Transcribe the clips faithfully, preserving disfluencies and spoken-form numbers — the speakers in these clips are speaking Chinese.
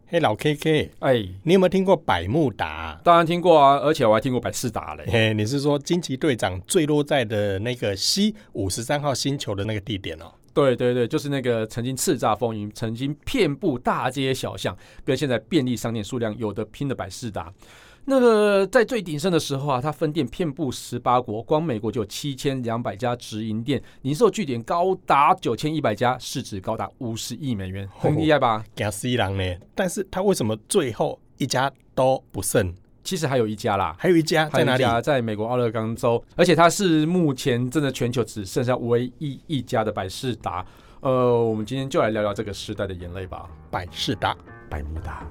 嘿，老 K K， 哎，你有没有听过百慕达？ 当然听过啊，而且我还听过百事达嘞。 嘿，你是说惊奇队长坠落在的那个 C 五十三号星球的那个地点哦？ 对对对，就是那个曾经叱咤风云、曾经遍布大街小巷，跟现在便利商店数量有的拼的百事达。那个在最鼎盛的时候啊，它分店遍布十八国，光美国就有七千两百家直营店，零售据点高达九千一百家，市值高达五十亿美元，很厉害吧？ 惊死人呢！但是它为什么最后一家都不剩？ 其实还有一家啦， 还有一家在哪里？ 在美国奥勒冈州，而且它是目前真的全球只剩下唯一一家的百事达。呃，我们今天就来聊聊这个时代的眼泪吧。 百事达， 百慕达。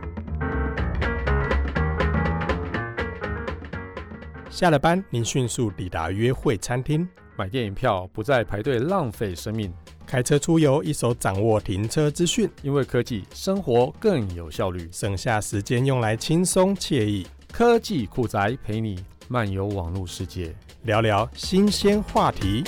下了班，您迅速抵达约会餐厅， 买电影票不再排队浪费生命， 开车出游一手掌握停车资讯， 因为科技生活更有效率， 省下时间用来轻松惬意。 科技酷宅陪你漫游网络世界， 聊聊新鲜话题。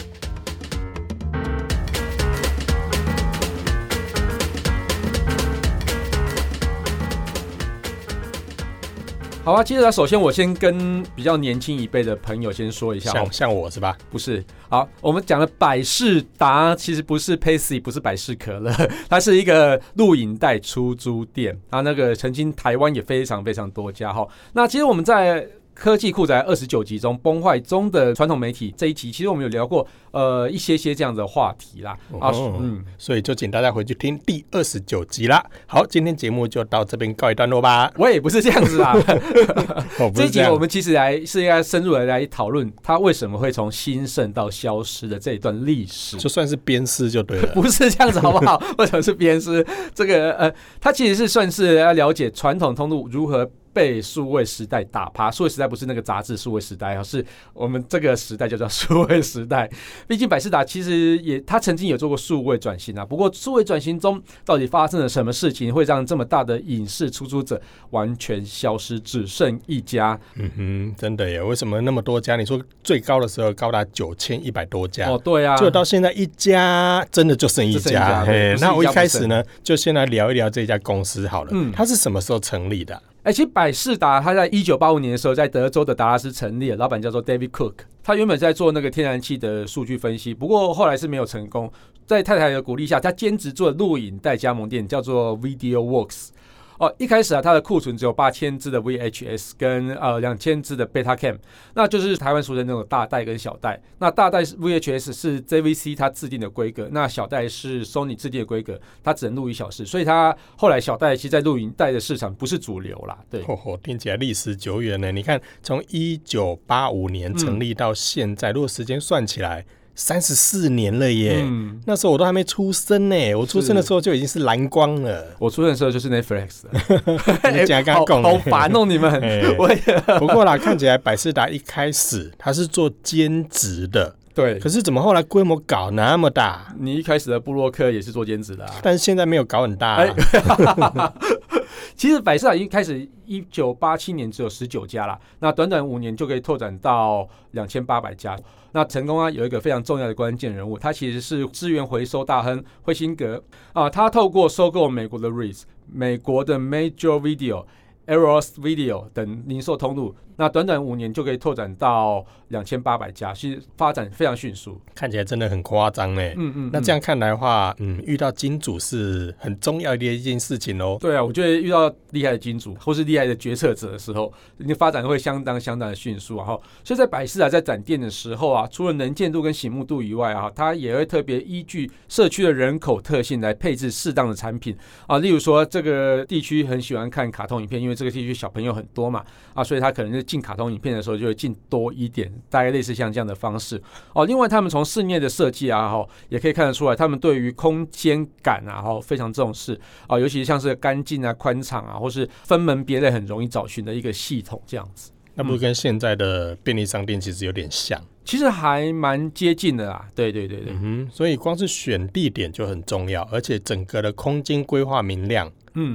好啊，接着首先我先跟比较年轻一辈的朋友先说一下， 像像我是吧？ 不是，好，我们讲的百事达其实不是 Pepsi， 不是百事可乐，它是一个录影带出租店啊。那个曾经台湾也非常非常多家哈。那其实我们在科技酷宅二十九集中崩坏中的传统媒体这一集，其实我们有聊过呃一些些这样的话题啦。 哦、啊，嗯，所以就请大家回去听第二十九集啦。好，今天节目就到这边告一段落吧。 我也不是这样子啦， 哦、 这一集我们其实来是应该深入的来讨论它为什么会从兴盛到消失的这一段历史， 就算是鞭尸就对了。 不是这样子好不好？为什么是鞭尸？这个呃，它其实是算是要了解传统通路如何被数位时代打趴。数位时代不是那个杂志数位时代，是我们这个时代就叫数位时代。毕竟百事达其实也，他曾经有做过数位转型啊。不过数位转型中到底发生了什么事情，会让这么大的影视出租者完全消失，只剩一家？ 嗯哼，真的耶！为什么那么多家？你说最高的时候高达九千一百多家哦，对啊， 就到现在一家真的就剩一家。一家嘿，那我一开始呢，就先来聊一聊这家公司好了。嗯，它是什么时候成立的、啊？ 哎、欸，其实百事达它在一九八五年的时候在德州的达拉斯成立了，老板叫做 David Cook。他原本在做那个天然气的数据分析，不过后来是没有成功。在太太的鼓励下，他兼职做录影带加盟店，叫做 Video Works。哦，一开始啊，它的库存只有八千支的 V H S 跟呃两千支的 Betacam， 那就是台湾俗称那种大带跟小带。那大带 V H S 是 J V C 它制定的规格，那小带是 Sony 制定的规格，它只能录一小时，所以它后来小带其实在录影带的市场不是主流啦。对， 哦哦，听起来历史久远呢。你看，从一九八五年成立到现在，嗯、如果时间算起来。三十四年了耶、嗯！那时候我都还没出生呢，我出生的时候就已经是蓝光了。 我出生的时候就是 Netflix 了。 你讲刚讲， 好烦哦你们！我也不过啦，看起来百事达一开始他是做兼职的， 对。 可是怎么后来规模搞那么大？ 你一开始的部落客也是做兼职的、啊， 但是现在没有搞很大、啊。 哎其实百事达一开始一九八七年只有十九家啦，那短短五年就可以拓展到两千八百家。那成功啊，有一个非常重要的关键人物，他其实是资源回收大亨惠辛格啊。他透过收购美国的 R E I S、美国的 Major Video、Eros Video 等零售通路，那短短五年就可以拓展到两千八百家，其实发展非常迅速， 看起来真的很夸张呢。嗯嗯，那这样看来的话，嗯，遇到金主是很重要的一件事情哦。 对啊，我觉得遇到厉害的金主或是厉害的决策者的时候，你发展会相当相当的迅速啊。所以在百事达在展店的时候啊，除了能见度跟醒目度以外啊，它也会特别依据社区的人口特性来配置适当的产品啊。例如说，这个地区很喜欢看卡通影片，因为这个地区小朋友很多嘛啊，所以他可能是进卡通影片的时候就会进多一点，大概类似像这样的方式哦。另外，他们从室内的设计啊，哈，也可以看得出来，他们对于空间感啊，哈，非常重视啊，尤其像是干净啊、宽敞啊，或是分门别类很容易找寻的一个系统这样子。 那不是跟现在的便利商店其实有点像？ 其实还蛮接近的啦。对对对对， 嗯哼，所以光是选地点就很重要，而且整个的空间规划明亮。 嗯。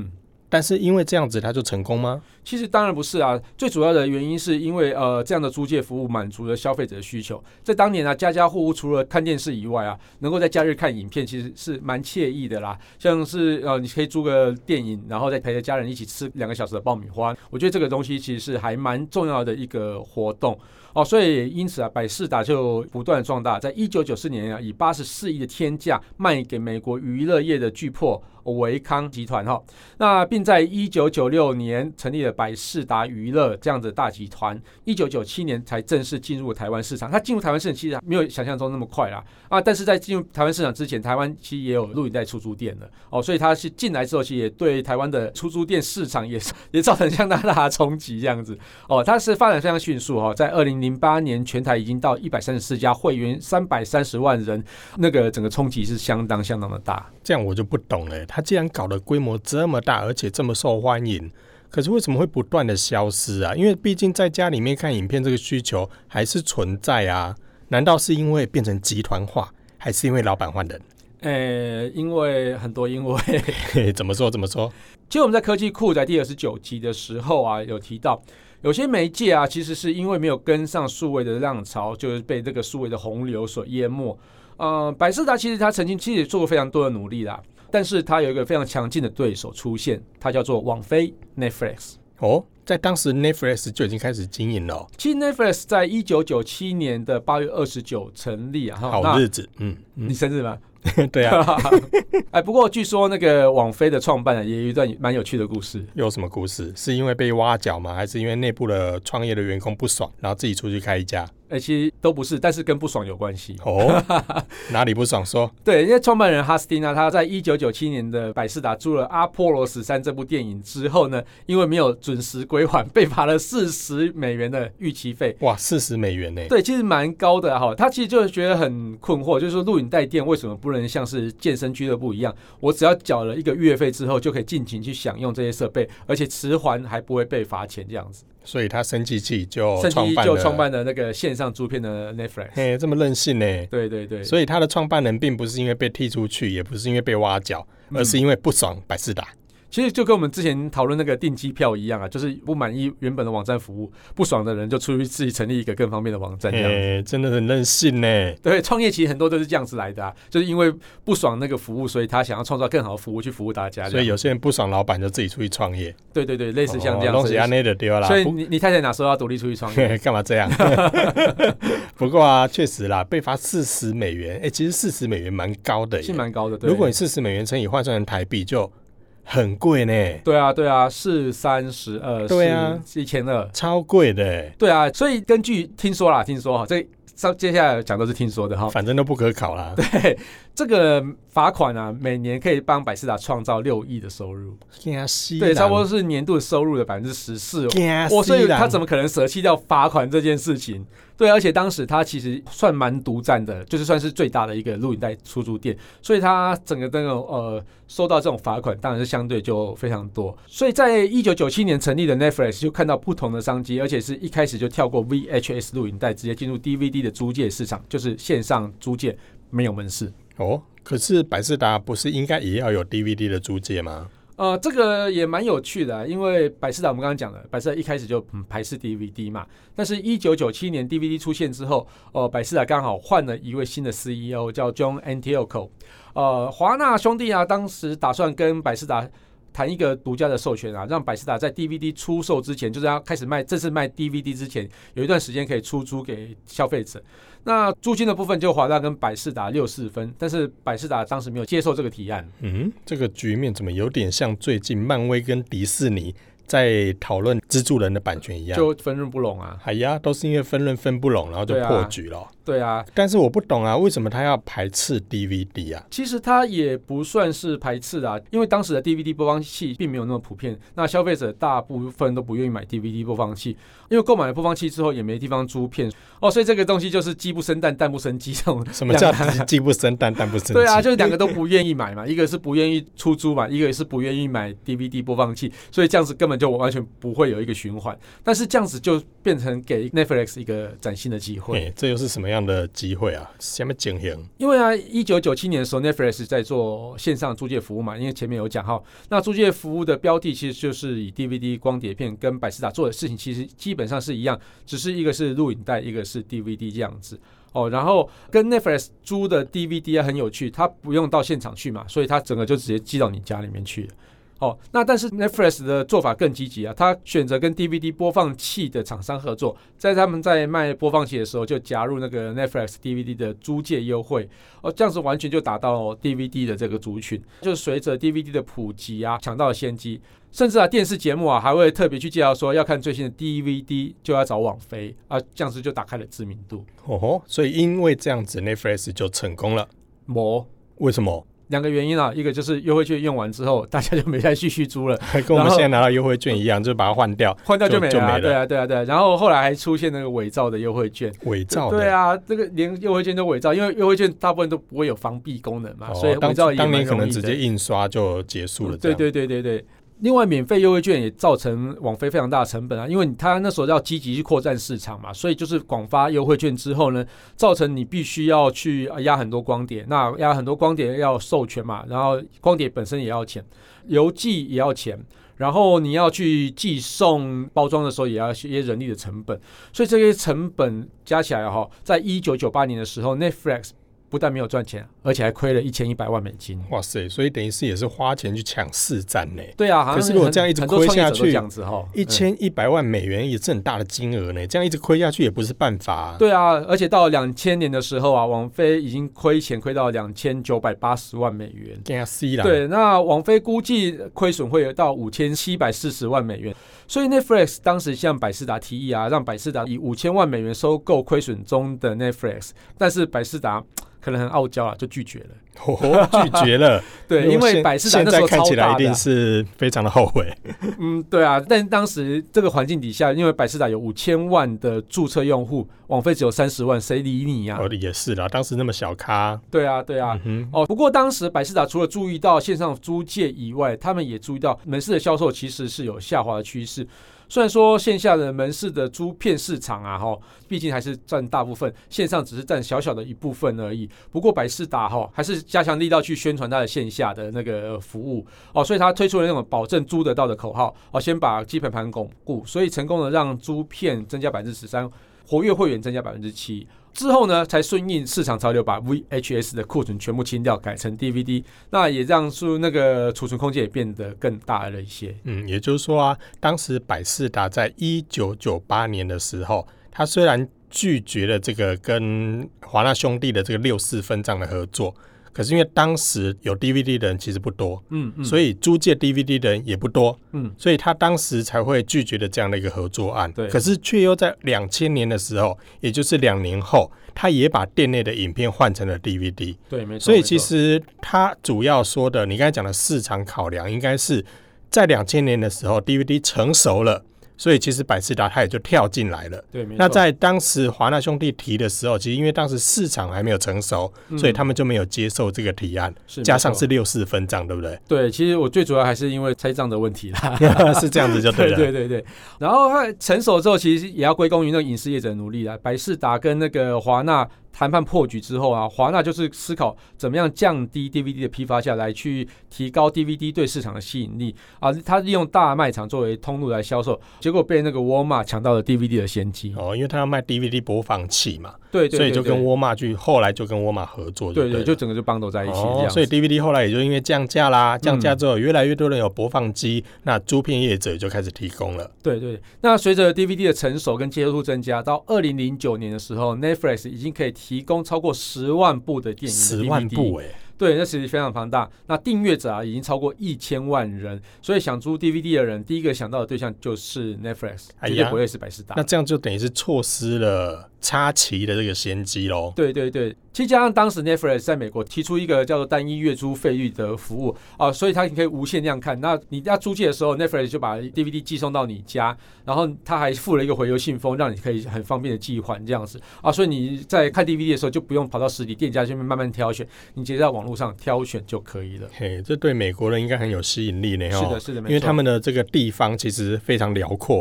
但是因为这样子它就成功吗？ 其实当然不是啊，最主要的原因是因为呃这样的租借服务满足了消费者的需求。在当年啊，家家户户除了看电视以外啊，能够在假日看影片，其实是蛮惬意的啦。像是呃你可以租个电影，然后再陪着家人一起吃两个小时的爆米花，我觉得这个东西其实是还蛮重要的一个活动。哦，所以因此啊，百视达就不断壮大，在一九九四年啊，以八十四亿的天价卖给美国娱乐业的巨擘维康集团哈。那并在一九九六年成立了百视达娱乐这样的大集团，一九九七年才正式进入台湾市场。它进入台湾市场其实没有想象中那么快啦啊，但是在进入台湾市场之前，台湾其实也有录影带出租店了哦，所以它是进来之后，其实也对台湾的出租店市场也也造成相当大的冲击这样子哦。它是发展非常迅速哦，在二零零八年全台已经到一百三十四家，会员三百三十万人，那个整个冲击是相当相当的大。 这样我就不懂了，他既然搞的规模这么大，而且这么受欢迎，可是为什么会不断的消失啊？因为毕竟在家里面看影片这个需求还是存在啊。难道是因为变成集团化，还是因为老板换人？ 呃，因为很多因为怎么说怎么说？ 其实我们在科技酷在第二十九集的时候啊，有提到有些媒介啊，其实是因为没有跟上数位的浪潮，就是被这个数位的洪流所淹没。呃，百视达其实他曾经其实也做过非常多的努力啦，但是他有一个非常强劲的对手出现，他叫做网飞 Netflix。 哦，在当时 Netflix 就已经开始经营了、哦。 其实 Netflix 在一九九七年的八月二十九成立啊， 好日子，嗯， 嗯你生日吗？ 对啊， 哎，不过据说那个网飞的创办人也有一段蛮有趣的故事。 有什么故事？是因为被挖角吗？还是因为内部的创业的员工不爽，然后自己出去开一家？ 哎、欸，其实都不是，但是跟不爽有关系。 哦，哪里不爽说？ 对，因为创办人哈斯汀啊，他在一九九七年的百视达租了《阿波罗十三》这部电影之后呢，因为没有准时归还，被罚了四十美元的逾期费。 哇，四十美元呢？ 对，其实蛮高的哈。他其实就觉得很困惑，就是说录影带店为什么不能像是健身俱乐部一样，我只要缴了一个月费之后，就可以尽情去享用这些设备，而且迟还还不会被罚钱这样子。 所以他生气气就创办了就创办了那个线上租片的 Netflix。 嘿，这么任性呢？ 对对对。 所以他的创办人并不是因为被踢出去，也不是因为被挖角，而是因为不爽百视达。 其实就跟我们之前讨论那个订机票一样啊，就是不满意原本的网站服务，不爽的人就出去自己成立一个更方便的网站这样子。 欸、真的很任性呢。 对，创业其实很多都是这样子来的啊，就是因为不爽那个服务，所以他想要创造更好的服务去服务大家。 所以有些人不爽老板就自己出去创业。 对对对，类似像这样子。 东西安内的丢啦。 所以你你太太哪时候要独立出去创业？ 干嘛这样？不过啊，确实啦，被罚四十美元，哎、欸，其实四十美元蛮高的耶， 是蛮高的。对， 如果你四十美元乘以换算成台币就很贵呢。 对啊，对啊，是三十二， 对啊， 是一千二， 超贵的。 对啊，所以根据听说啦，听说哈，这接下来讲都是听说的哈， 反正都不可考啦。 对，这个罚款啊，每年可以帮百视达创造六亿的收入，对，差不多是年度收入的百分之十四。我所以他怎么可能舍弃掉罚款这件事情？对，而且当时他其实算蛮独占的，就是算是最大的一个录影带出租店，所以他整个这种呃收到这种罚款，当然是相对就非常多。所以在一九九七年成立的 Netflix 就看到不同的商机，而且是一开始就跳过 V H S 录影带，直接进入 D V D 的租借市场，就是线上租借，没有门市。 哦，可是百视达不是应该也要有 D V D 的租借吗？ 呃，这个也蛮有趣的、啊，因为百视达我们刚刚讲了，百视达一开始就、嗯、排斥 D V D 嘛，但是一九九七年 D V D 出现之后，呃，百视达刚好换了一位新的 C E O 叫 John Antioco， 呃，华纳兄弟啊，当时打算跟百视达谈一个独家的授权啊，让百视达在 D V D 出售之前，就是要开始卖正式卖 D V D 之前，有一段时间可以出租给消费者。那租金的部分就华纳跟百视达六四分，但是百视达当时没有接受这个提案。 嗯，这个局面怎么有点像最近漫威跟迪士尼在讨论蜘蛛人的版权一样， 就分润不拢啊。 哎呀，都是因为分润分不拢，然后就破局了。 对啊， 但是我不懂啊，为什么他要排斥 D V D 啊？ 其实他也不算是排斥啊，因为当时的 D V D 播放器并没有那么普遍，那消费者大部分都不愿意买 D V D 播放器，因为购买了播放器之后也没地方租片哦，所以这个东西就是鸡不生蛋，蛋不生鸡这种。 什么叫鸡不生蛋，蛋不生鸡？ 对啊，就是两个都不愿意买嘛，一个是不愿意出租嘛，一个是不愿意买 D V D 播放器，所以这样子根本就完全不会有一个循环。但是这样子就变成给 Netflix 一个崭新的机会。 这又是什么样的机会啊？什么情形？ 因为啊，一九九七年的时候 ，Netflix 在做线上租借服务嘛，因为前面有讲哈，那租借服务的标的其实就是以 D V D 光碟片跟百视达做的事情，其实基本上是一样，只是一个是录影带，一个是 D V D 这样子。哦，然后跟 Netflix 租的 D V D 很有趣，它不用到现场去嘛，所以它整个就直接寄到你家里面去了。哦，那但是 Netflix 的做法更积极啊，他选择跟 D V D 播放器的厂商合作，在他们在卖播放器的时候就加入那个 Netflix D V D 的租借优惠，哦，这样子完全就达到 D V D 的这个族群，就随着 D V D 的普及啊，抢到了先机，甚至啊电视节目啊还会特别去介绍说要看最新的 D V D 就要找网飞啊，这样子就打开了知名度。 哦吼，所以因为这样子 Netflix 就成功了。 没， 为什么？ 两个原因啊，一个就是优惠券用完之后，大家就没再继续租了， 跟我们现在拿到优惠券一样，就把它换掉， 换掉就没了、啊， 就没了。 对啊，对啊，对啊。然后后来还出现那个伪造的优惠券， 伪造的， 对啊，这个连优惠券都伪造，因为优惠券大部分都不会有防弊功能嘛，哦、所以伪造也蛮容易的。 当年可能直接印刷就结束了、嗯。 对对对对对。另外，免费优惠券也造成网飞非常大的成本啊，因为他那时候要积极去扩展市场嘛，所以就是广发优惠券之后呢，造成你必须要去压很多光碟，那压很多光碟要授权嘛，然后光碟本身也要钱，邮寄也要钱，然后你要去寄送包装的时候也要一些人力的成本，所以这些成本加起来哈，在一九九八年的时候 ，Netflix 不但没有赚钱，而且还亏了一千一百万美金。 哇塞！所以等于是也是花钱去抢市占呢。 对啊， 可是如果这样一直亏下去， 一千一百万美元也是很大的金额呢。这样一直亏下去也不是办法、啊。 对啊，而且到两千年的时候啊，网飞已经亏钱亏到两千九百八十万美元。对，那网飞估计亏损会到五千七百四十万美元。所以 Netflix 当时向百视达提议啊，让百视达以五千万美元收购亏损中的 Netflix， 但是百视达可能很傲娇了，就拒绝了。 哦，拒绝了。 对，因为百视达那时候超大的、啊、 现在看起来一定是非常的后悔。 嗯，对啊，但当时这个环境底下，因为百视达有五千万的注册用户，网飞只有三十万，谁理你呀、啊？ 哦，也是啦，当时那么小咖。 对啊，对啊。嗯、哦，不过当时百视达除了注意到线上租借以外，他们也注意到门市的销售其实是有下滑的趋势。虽然说线下的门市的租片市场啊，哈，毕竟还是占大部分，线上只是占小小的一部分而已。不过百视达哈还是加强力道去宣传它的线下的那个服务哦，所以它推出了那种保证租得到的口号哦，先把基本盘巩固，所以成功的让租片增加百分之十三，活跃会员增加百分之七。之后呢，才顺应市场潮流，把 V H S 的库存全部清掉，改成 D V D， 那也让出那个储存空间也变得更大了一些。 嗯，也就是说啊，当时百视达在一九九八年的时候，他虽然拒绝了这个跟华纳兄弟的这个六四分账的合作，可是因为当时有 D V D 的人其实不多，嗯嗯，所以租借 D V D 的人也不多，嗯，所以他当时才会拒绝的这样的一个合作案。对，可是却又在两千年的时候，也就是两年后，他也把店内的影片换成了 D V D。 对，没错。 所以其实他主要说的，你刚才讲的市场考量，应该是在两千年的时候 ，D V D 成熟了。所以其实百视达他也就跳进来了。 对，没错。 那在当时华纳兄弟提的时候，其实因为当时市场还没有成熟，嗯、所以他们就没有接受这个提案。加上是六四分账，对不对？ 对，其实我最主要还是因为拆账的问题啦。 是这样子就对了。 对对对对。然后它成熟之后，其实也要归功于那个影视业者的努力啦。百视达跟那个华纳谈判破局之后啊，华纳就是思考怎么样降低 D V D 的批发价，来去提高 D V D 对市场的吸引力啊。他利用大卖场作为通路来销售，结果被那个沃尔玛抢到了 D V D 的先机。 哦，因为他要卖 D V D 播放器嘛， 对 对, 对, 对, 对， 所以就跟沃尔玛去，后来就跟沃尔玛合作就对， 对对，就整个就绑斗在一起、哦。 所以 D V D 后来也就因为降价啦，降价之后越来越多人有播放机，嗯、那租片业者就开始提供了。 对对，那随着 D V D 的成熟跟接受度增加，到二零零九年的时候 ，Netflix 已经可以提供超过十万部的电影的 D V D， 十万部哎、欸。 对，那其实非常庞大。那订阅者啊，已经超过一千万人，所以想租 D V D 的人，第一个想到的对象就是 Netflix， 绝对不会是百视达。 那这样就等于是错失了插旗的这个先机喽。 对对对，其实加上当时 Netflix 在美国提出一个叫做单一月租费率的服务啊，所以它可以无限量看。那你要租借的时候 ，Netflix 就把 D V D 寄送到你家，然后他还附了一个回邮信封，让你可以很方便的寄还这样子啊。所以你在看 D V D 的时候，就不用跑到实体店家去慢慢挑选，你直接在网络上挑选就可以了。 嘿，这对美国人应该很有吸引力呢。 是的，是的， 因为他们的这个地方其实非常辽阔啊，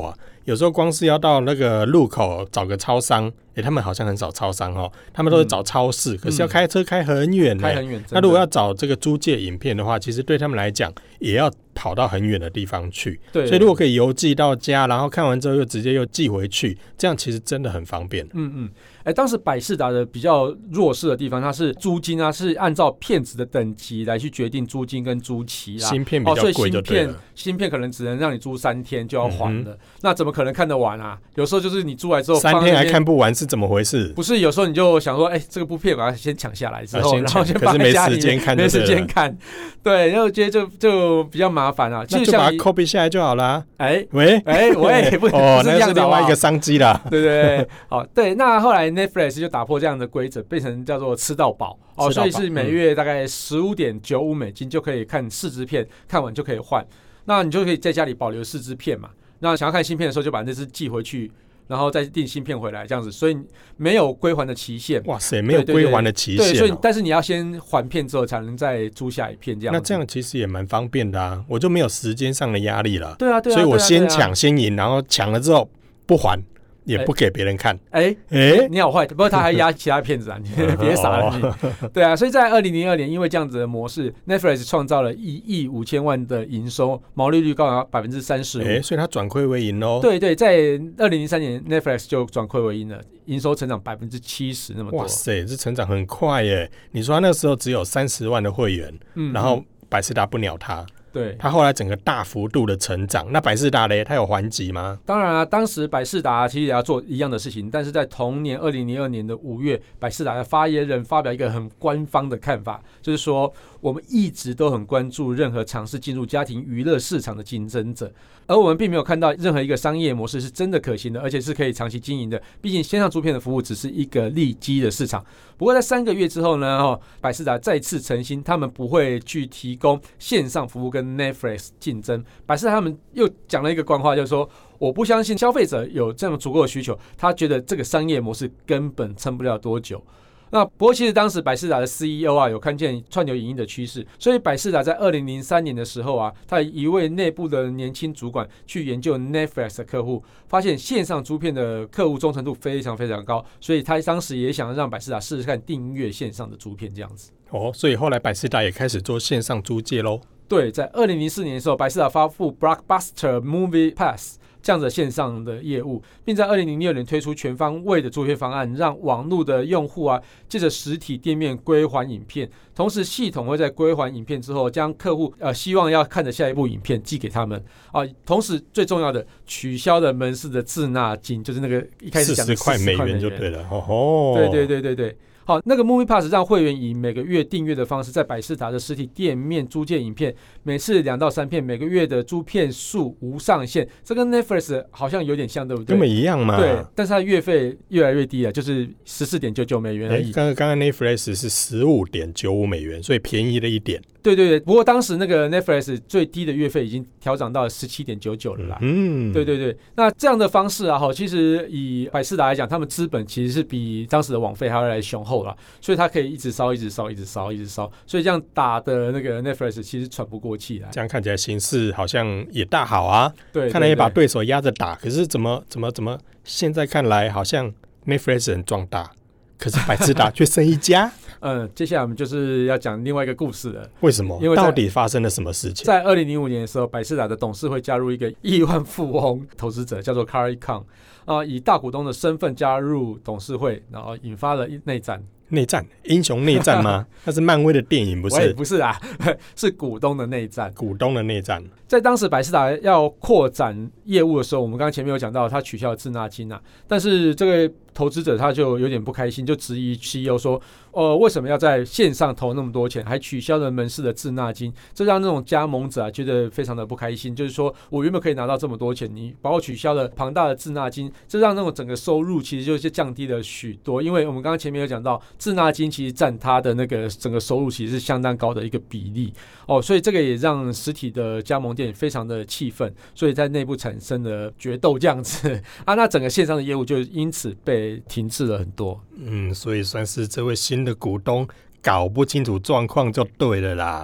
有时候光是要到那个路口找个超商，哎，他们好像很少超商哦，他们都是找超市，嗯、可是要开车开很远， 开很远。 那如果要找这个租借影片的话，其实对他们来讲也要跑到很远的地方去。对，所以如果可以邮寄到家，然后看完之后又直接又寄回去，这样其实真的很方便。 嗯嗯。哎，当时百视达的比较弱势的地方，它是租金啊，是按照片子的等级来去决定租金跟租期啦。 芯片比较贵就对了。 哦、所以芯片芯片可能只能让你租三天就要还了、嗯，那怎么可能看得完啊？有时候就是你租来之后三天还看不完是怎么回事？ 不是，有时候你就想说，哎，这个部片把它先抢下来之后， 啊、 然后先放在家里， 可是没时间看， 没时间看，对，然后觉得就就比较麻烦啊。 那就把它 copy 下来就好了。 哎喂哎喂，不哦， 不是这样子， 那是另外一个商机啦。 对对对，好对。那后来 Netflix 就打破这样的规则，变成叫做吃到饱哦，所以是每月大概十五点九五美金就可以看四支片，看完就可以换。那你就可以在家里保留四支片嘛。那想要看新片的时候，就把那支寄回去，然后再订新片回来，这样子。所以没有归还的期限。 哇塞，没有归还的期限、哦。 对，所以但是你要先还片之后，才能再租下一片这样子。 那这样其实也蛮方便的啊，我就没有时间上的压力了。 对啊，对啊。 所以我先抢先赢，然后抢了之后不还。也不给别人看， 哎、欸、哎、欸，你好坏，不过他还压其他片子啊，你别傻了你。对啊，所以在二零零二年，因为这样子的模式 ，Netflix 创造了一亿五千万的营收，毛利率高达百分之三十五。 哎，所以它转亏为盈哦。 对对，在二零零三年 ，Netflix 就转亏为盈了，营收成长百分之七十那么多。 哇塞，这成长很快耶！你说他那时候只有三十万的会员，嗯，然后百视达不鸟他。 对， 他后来整个大幅度的成长，那百视达嘞，他有还击吗？ 当然啊，当时百视达其实也要做一样的事情，但是在同年二零零二年的五月，百视达的发言人发表一个很官方的看法，就是说我们一直都很关注任何尝试进入家庭娱乐市场的竞争者，而我们并没有看到任何一个商业模式是真的可行的，而且是可以长期经营的。毕竟线上租片的服务只是一个利基的市场。不过在三个月之后呢，哦，百视达再次澄清，他们不会去提供线上服务跟 Netflix 竞争。百视达他们又讲了一个官话，就是说我不相信消费者有这么足够的需求，他觉得这个商业模式根本撑不了多久。那不过其实当时百视达的 C E O 啊有看见串流影音的趋势，所以百视达在二零零三年的时候啊，他一位内部的年轻主管去研究 Netflix 的客户，发现线上租片的客户忠诚度非常非常高，所以他当时也想让百视达试试看订阅线上的租片这样子。 哦，所以后来百视达也开始做线上租借咯。 对，在二零零四年的时候，百视达发布 Blockbuster Movie Pass这样的线上的业务，并在二零零六年推出全方位的租片方案，让网络的用户啊借着实体店面归还影片，同时系统会在归还影片之后，将客户呃希望要看的下一部影片寄给他们啊。同时最重要的，取消了门市的滞纳金，就是那个一开始讲的四十块美元就对了。哦， 对对对对对。好，那个 Movie Pass 让会员以每个月订阅的方式，在百视达的实体店面租借影片，每次两到三片，每个月的租片数无上限。这跟 Netflix 好像有点像，对不对？ 根本一样嘛。 对，但是它的月费越来越低了，就是十四点九九美元而已。 刚刚刚刚 Netflix 是十五点九五美元，所以便宜了一点。 对对对，不过当时那个 Netflix 最低的月费已经调涨到十七点九九了啦。嗯，对对对。那这样的方式啊，其实以百视达来讲，他们资本其实是比当时的网费还要来雄厚啦，所以它可以一直烧、一直烧、一直烧、一直烧，所以这样打的那个 Netflix 其实喘不过气来。 这样看起来形势好像也大好啊。 对，对，对， 看来也把对手压着打，可是怎么怎么怎么，现在看来好像 Netflix 很壮大，可是百视达却剩一家。 嗯，接下来我们就是要讲另外一个故事了。 为什么？ 因为到底发生了什么事情？ 在二零零五年的时候，百视达的董事会加入一个亿万富翁投资者，叫做 Carrie Coon， 啊，以大股东的身份加入董事会，然后引发了内战。 内战，英雄内战吗？那是漫威的电影，不是？ 不是啊，是股东的内战。 股东的内战。 在当时百视达要扩展业务的时候，我们刚刚前面有讲到，他取消了滞纳金啊，但是这个投资者他就有点不开心，就质疑 C E O 说，呃，为什么要在线上投那么多钱，还取消了门市的滞纳金？这让那种加盟者啊觉得非常的不开心，就是说我原本可以拿到这么多钱，你把我取消了庞大的滞纳金，这让那种整个收入其实就是降低了许多。因为我们刚刚前面有讲到，滞纳金其实占他的那个整个收入其实是相当高的一个比例哦，所以这个也让实体的加盟店非常的气愤，所以在内部产生了决斗这样子啊，那整个线上的业务就因此被停滞了很多。 嗯，所以算是这位新的股东搞不清楚状况就对了啦。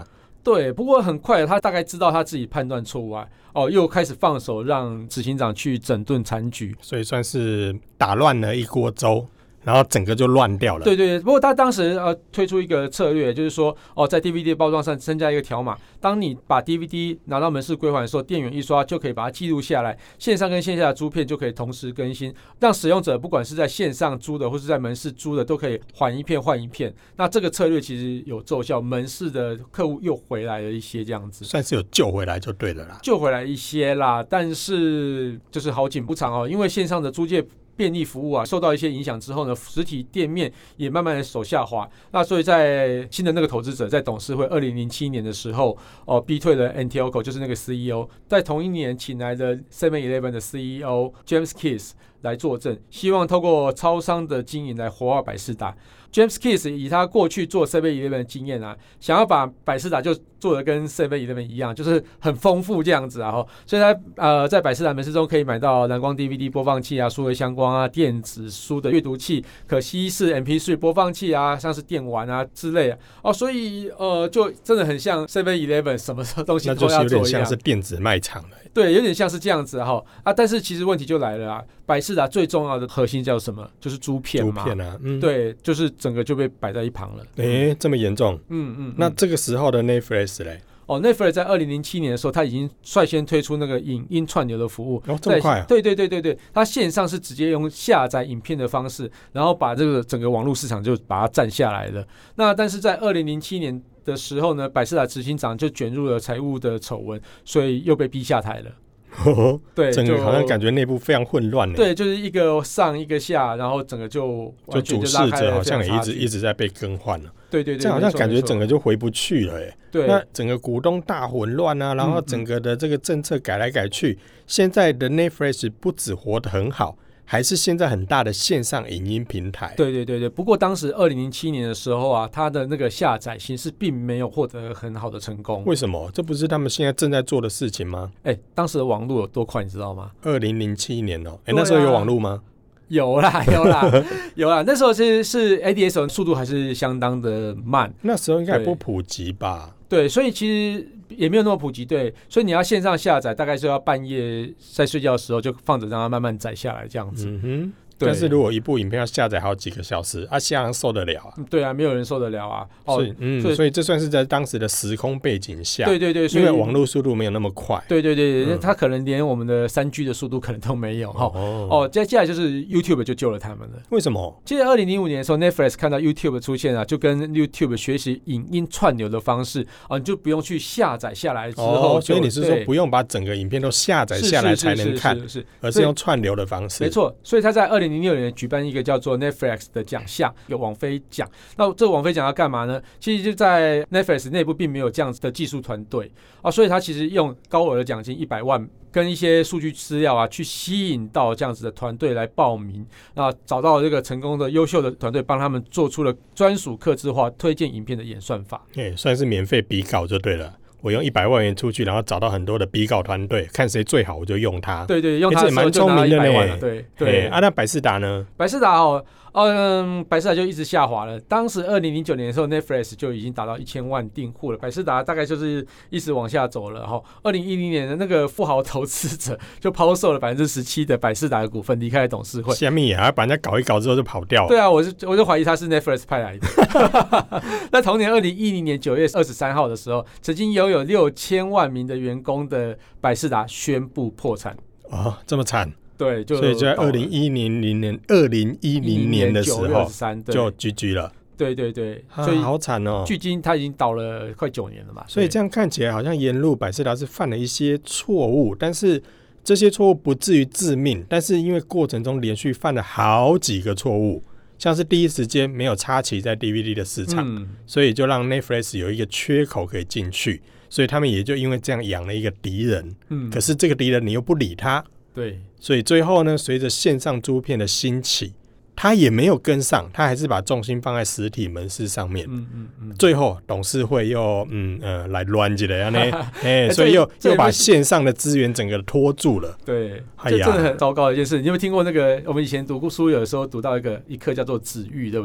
对，不过很快他大概知道他自己判断错误啊，哦，又开始放手让执行长去整顿残局， 所以算是打乱了一锅粥。然后整个就乱掉了。 对对对，不过他当时呃推出一个策略，就是说哦，在 D V D 的包装上增加一个条码，当你把 D V D 拿到门市归还的时候，店员一刷就可以把它记录下来，线上跟线下的租片就可以同时更新，让使用者不管是在线上租的或是在门市租的，都可以还一片换一片。那这个策略其实有奏效，门市的客户又回来了一些，这样子算是有救回来就对了啦， 救回来一些啦，但是就是好景不长哦，因为线上的租借便利服务啊，受到一些影响之后呢，实体店面也慢慢的走下滑。那所以在新的那个投资者在董事会二零零七年的时候，哦，逼退了 Antioco， 就是那个 C E O， 在同一年请来的 seven eleven 的 C E O James Kiss 来作证，希望透过超商的经营来活化百视达。James Kiss 以他过去做 seven eleven 的经验啊，想要把百视达就做的跟 seven eleven 一样，就是很丰富这样子啊。所以他呃在百视达门市中可以买到蓝光 D V D 播放器啊、数位相关啊、电子书的阅读器、可稀释 M P 三 播放器啊，像是电玩啊之类的哦。所以呃就真的很像 seven eleven 什么东西都要做一样， 那就是有点像是电子卖场了。 对，有点像是这样子哈啊。但是其实问题就来了啊，百视达最重要的核心叫什么？就是租片嘛。 租片啊，嗯， 对，就是整个就被摆在一旁了。 诶、欸，这么严重？ 嗯 嗯, 嗯。 那这个时候的 Netflix 嘞？ 哦 ，Netflix 在二零零七年的时候，他已经率先推出那个影音串流的服务。 哦，这么快啊？ 对对对对对，它线上是直接用下载影片的方式，然后把这个整个网络市场就把它占下来了。那但是在二零零七年的时候呢，百视达执行长就卷入了财务的丑闻，所以又被逼下台了。 哦、 对， 整个好像感觉内部非常混乱。 对，就是一个上一个下，然后整个就就主事者好像也一直一直在被更换了。 对对对， 这样好像感觉整个就回不去了。哎， 对， 那整个股东大混乱啊，然后整个的这个政策改来改去，嗯嗯现在的 Netflix 不只活得很好，还是现在很大的线上影音平台。 对对对对，不过当时二零零七年的时候啊，它的那个下载形式并没有获得很好的成功。 为什么？这不是他们现在正在做的事情吗？ 哎，当时的网络有多快，你知道吗？ 二零零七年哦，哎、啊，那时候有网络吗？ 有啦有啦有啦，那时候是是 A D S L 速度还是相当的慢， 那时候应该也不普及吧？ 对，所以其实也没有那么普及。对，所以你要线上下载，大概是要半夜在睡觉的时候就放着，让它慢慢载下来这样子。 嗯哼。但是如果一部影片要下载好几个小时啊，下人受得了啊？ 对啊，没有人受得了啊。 哦，所以嗯，所以，所以这算是在当时的时空背景下， 对对对， 因为网络速度没有那么快。 对对对，嗯、它可能连我们的三 G 的速度可能都没有哈。哦, 哦，接下来就是 YouTube 就救了他们了。 为什么？ 记得二零零五年的时候 ，Netflix 看到 YouTube 出现啊，就跟 YouTube 学习影音串流的方式啊，你就不用去下载下来之后、 哦，所以你是说不用把整个影片都下载下来才能看， 是是是是是而是用串流的方式。 没错，所以他在二零零六年举办一个叫做 Netflix 的奖项，有网飞奖。那这个网飞奖要干嘛呢？其实就在 Netflix 内部并没有这样子的技术团队啊，所以他其实用高额的奖金一百万跟一些数据资料啊，去吸引到这样子的团队来报名，那找到这个成功的优秀的团队，帮他们做出了专属客制化推荐影片的演算法。 欸，算是免费比稿就对了。我用一百万元出去，然后找到很多的比稿团队，看谁最好，我就用它。 对对，用它的时候就拿一百万了。对对， 欸，啊，那百视达呢？ 百视达哦，嗯，百视达就一直下滑了。当时二零零九年的时候 ，Netflix 就已经达到一千万订户了，百视达大概就是一直往下走了哈。二零一零年的那个富豪投资者就抛售了百分之十七的百视达的股份，离开了董事会。 虾米啊，把人家搞一搞之后就跑掉了。 对啊，我就我就怀疑他是 Netflix 派来的。那同年二零一零年九月二十三号的时候，曾经拥有六千万名的员工的百视达宣布破产。 哦，这么惨。 对，就所以就在二零一零年二零一零年的时候就 G G 了。 对对对， 所以好惨哦！ 距今他已经倒了快九年了嘛。 所以这样看起来好像沿路百视达是犯了一些错误，但是这些错误不至于致命，但是因为过程中连续犯了好几个错误，像是第一时间没有插旗在 D V D 的市场，嗯、所以就让 Netflix 有一个缺口可以进去，所以他们也就因为这样养了一个敌人。嗯，可是这个敌人你又不理他。 对， 所以最后呢，随着线上租片的兴起，他也没有跟上，他还是把重心放在实体门市上面。嗯嗯嗯。最后董事会又嗯呃来乱起来呢，哎，所以又又把线上的资源整个拖住了。 对，这真的很糟糕的一件事。你有没有听过那个？我们以前读过书，有的时候读到一个一课叫做子欲，对不对？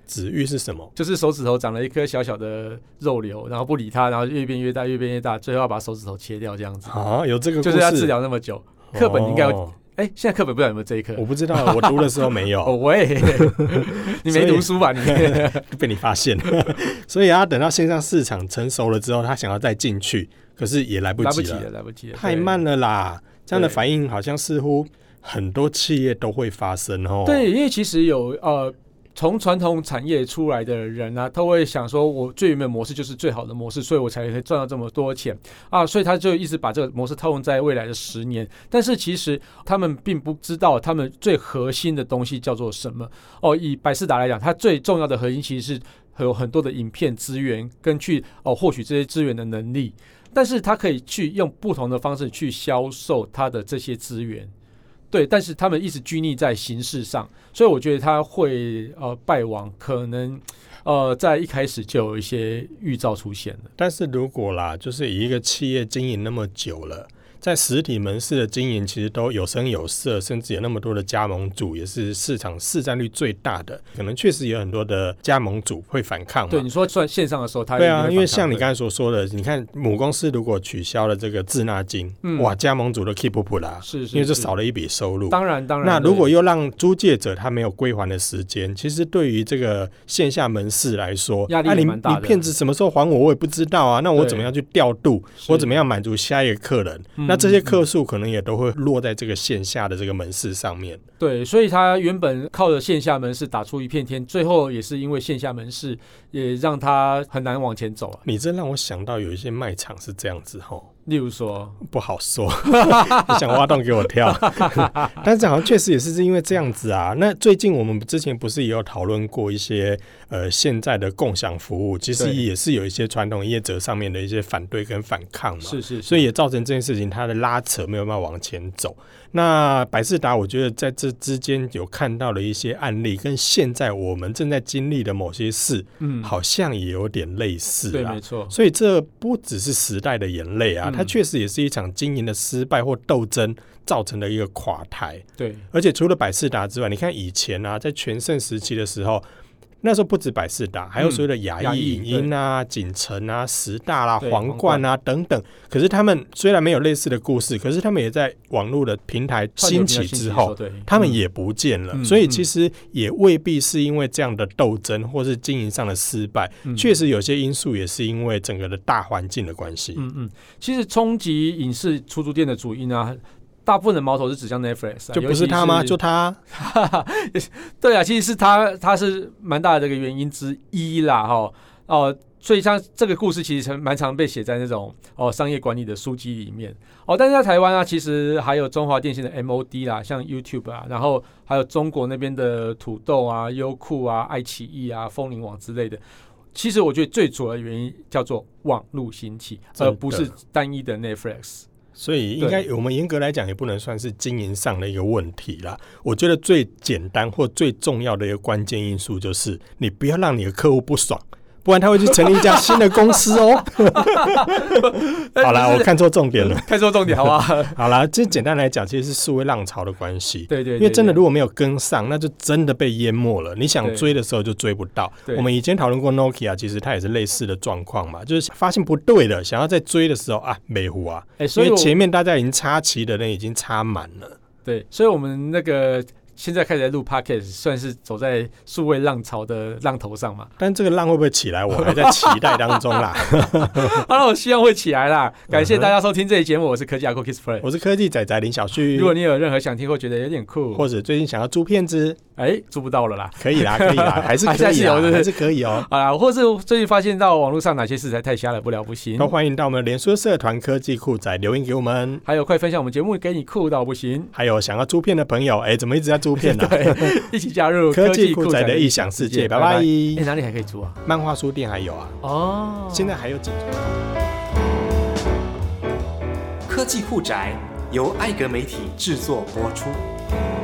紫玉是什么？ 就是手指头长了一颗小小的肉瘤，然后不理它，然后越变越大，越变越大，最后要把手指头切掉这样子。 啊，有这个故事， 就是要治疗那么久。课本应该有，哎、哦，现在课本不知道有没有这一课？ 我不知道，我读的时候没有。 哦喂，你没读书吧？你被你发现了。所以他等到线上市场成熟了之后，他想要再进去，可是也来不及了， 来不及了， 太慢了啦。这样的反应好像似乎很多企业都会发生哦。 对，因为其实有呃。从传统产业出来的人啊，他会想说，我最原本模式就是最好的模式，所以我才可以赚到这么多钱啊，所以他就一直把这个模式套用在未来的十年。但是其实他们并不知道，他们最核心的东西叫做什么哦。以百视达来讲，它最重要的核心其实是有很多的影片资源跟去哦获取这些资源的能力，但是他可以去用不同的方式去销售他的这些资源。对，但是他们一直拘泥在形式上，所以我觉得他会呃败亡，可能呃在一开始就有一些预兆出现了。 但是如果啦，就是以一个企业经营那么久了，在实体门市的经营其实都有声有色，甚至有那么多的加盟主，也是市场市占率最大的，可能确实有很多的加盟主会反抗嘛。 对，你说算线上的时候，他对啊，因为像你刚才所说的，你看母公司如果取消了这个滞纳金，嗯、哇，加盟主都 keep 不住啦， 是是是， 因为就少了一笔收入。 当然当然， 那如果又让租借者他没有归还的时间，其实对于这个线下门市来说， 压力也蛮大的。 啊、你你骗子什么时候还我，我也不知道啊。那我怎么样去调度？我怎么样满足下一个客人？嗯、那这些客数可能也都会落在这个线下的这个门市上面。 对，所以他原本靠着线下门市打出一片天，最后也是因为线下门市也让他很难往前走啊。 你这让我想到有一些卖场是这样子齁。 例如说不好说你想挖洞给我跳但是好像确实也是因为这样子啊。那最近我们之前不是也有讨论过一些呃现在的共享服务，其实也是有一些传统业者上面的一些反对跟反抗嘛， 是是是， 所以也造成这件事情它的拉扯没有办法往前走。那百视达我觉得在这之间有看到了一些案例，跟现在我们正在经历的某些事嗯，好像也有点类似啦。 对，没错。 所以这不只是时代的眼泪啊，它确实也是一场经营的失败或斗争造成的一个垮台。 对， 而且除了百视达之外，你看以前啊，在全盛时期的时候，那时候不止百视达，还有所谓的亚艺影音啊、锦城啊、时大啦、皇冠啊等等。可是他们虽然没有类似的故事，可是他们也在网络的平台兴起之后，他们也不见了。嗯、所以其实也未必是因为这样的斗争或是经营上的失败，确、嗯、实有些因素也是因为整个的大环境的关系。 嗯嗯，其实冲击影视出租店的主因啊。大部分的矛头是指向 Netflix， 就不是他吗？就他， 对啊，其实是他，他是蛮大的这个原因之一啦，哈哦、呃，所以像这个故事其实蛮常被写在那种哦商业管理的书籍里面哦，但是在台湾啊，其实还有中华电信的 M O D 啦，像 YouTube 啊，然后还有中国那边的土豆啊、优酷啊、爱奇艺啊、风铃网之类的。其实我觉得最主要的原因叫做网路兴起，而不是单一的 Netflix。 所以应该我们严格来讲也不能算是经营上的一个问题啦。我觉得最简单或最重要的一个关键因素就是你不要让你的客户不爽，不然他会去成立一家新的公司哦。好啦，我看错重点了， 看错重点好不好？ 好啦，这简单来讲，其实是数位浪潮的关系。 对 对, 对, 对， 因为真的如果没有跟上，那就真的被淹没了。你想追的时候就追不到。我们以前讨论过 Nokia， 其实它也是类似的状况嘛，就是发现不对的，想要再追的时候啊，没糊啊、欸，因为前面大家已经插旗的人已经插满了。 对，所以我们那个。现在开始在录 Podcast， 算是走在数位浪潮的浪头上嘛。 但这个浪会不会起来，我还在期待当中啦。 好了，我希望会起来啦。感谢大家收听这期节目，我是科技阿酷 Kissplay， 我是科技仔仔林小旭。 如果你有任何想听或觉得有点酷， 或者最近想要租片子， 哎、欸，租不到了啦， 可以啦，可以啦，还是可以啦，还是有，还是可以哦、喔。 好啦，或是最近发现到网络上哪些事才太瞎了，不了不行， 都欢迎到我们脸书社团科技酷仔留言给我们。 还有快分享我们节目给你酷到不行。 还有想要租片的朋友，哎、欸，怎么一直在租片呢、啊？ 对。一起加入科技酷仔的异想世界，拜拜！ 哎、欸，哪里还可以租啊？ 漫画书店还有啊。 哦， 现在还有几家。 科技酷宅由艾格媒体制作播出。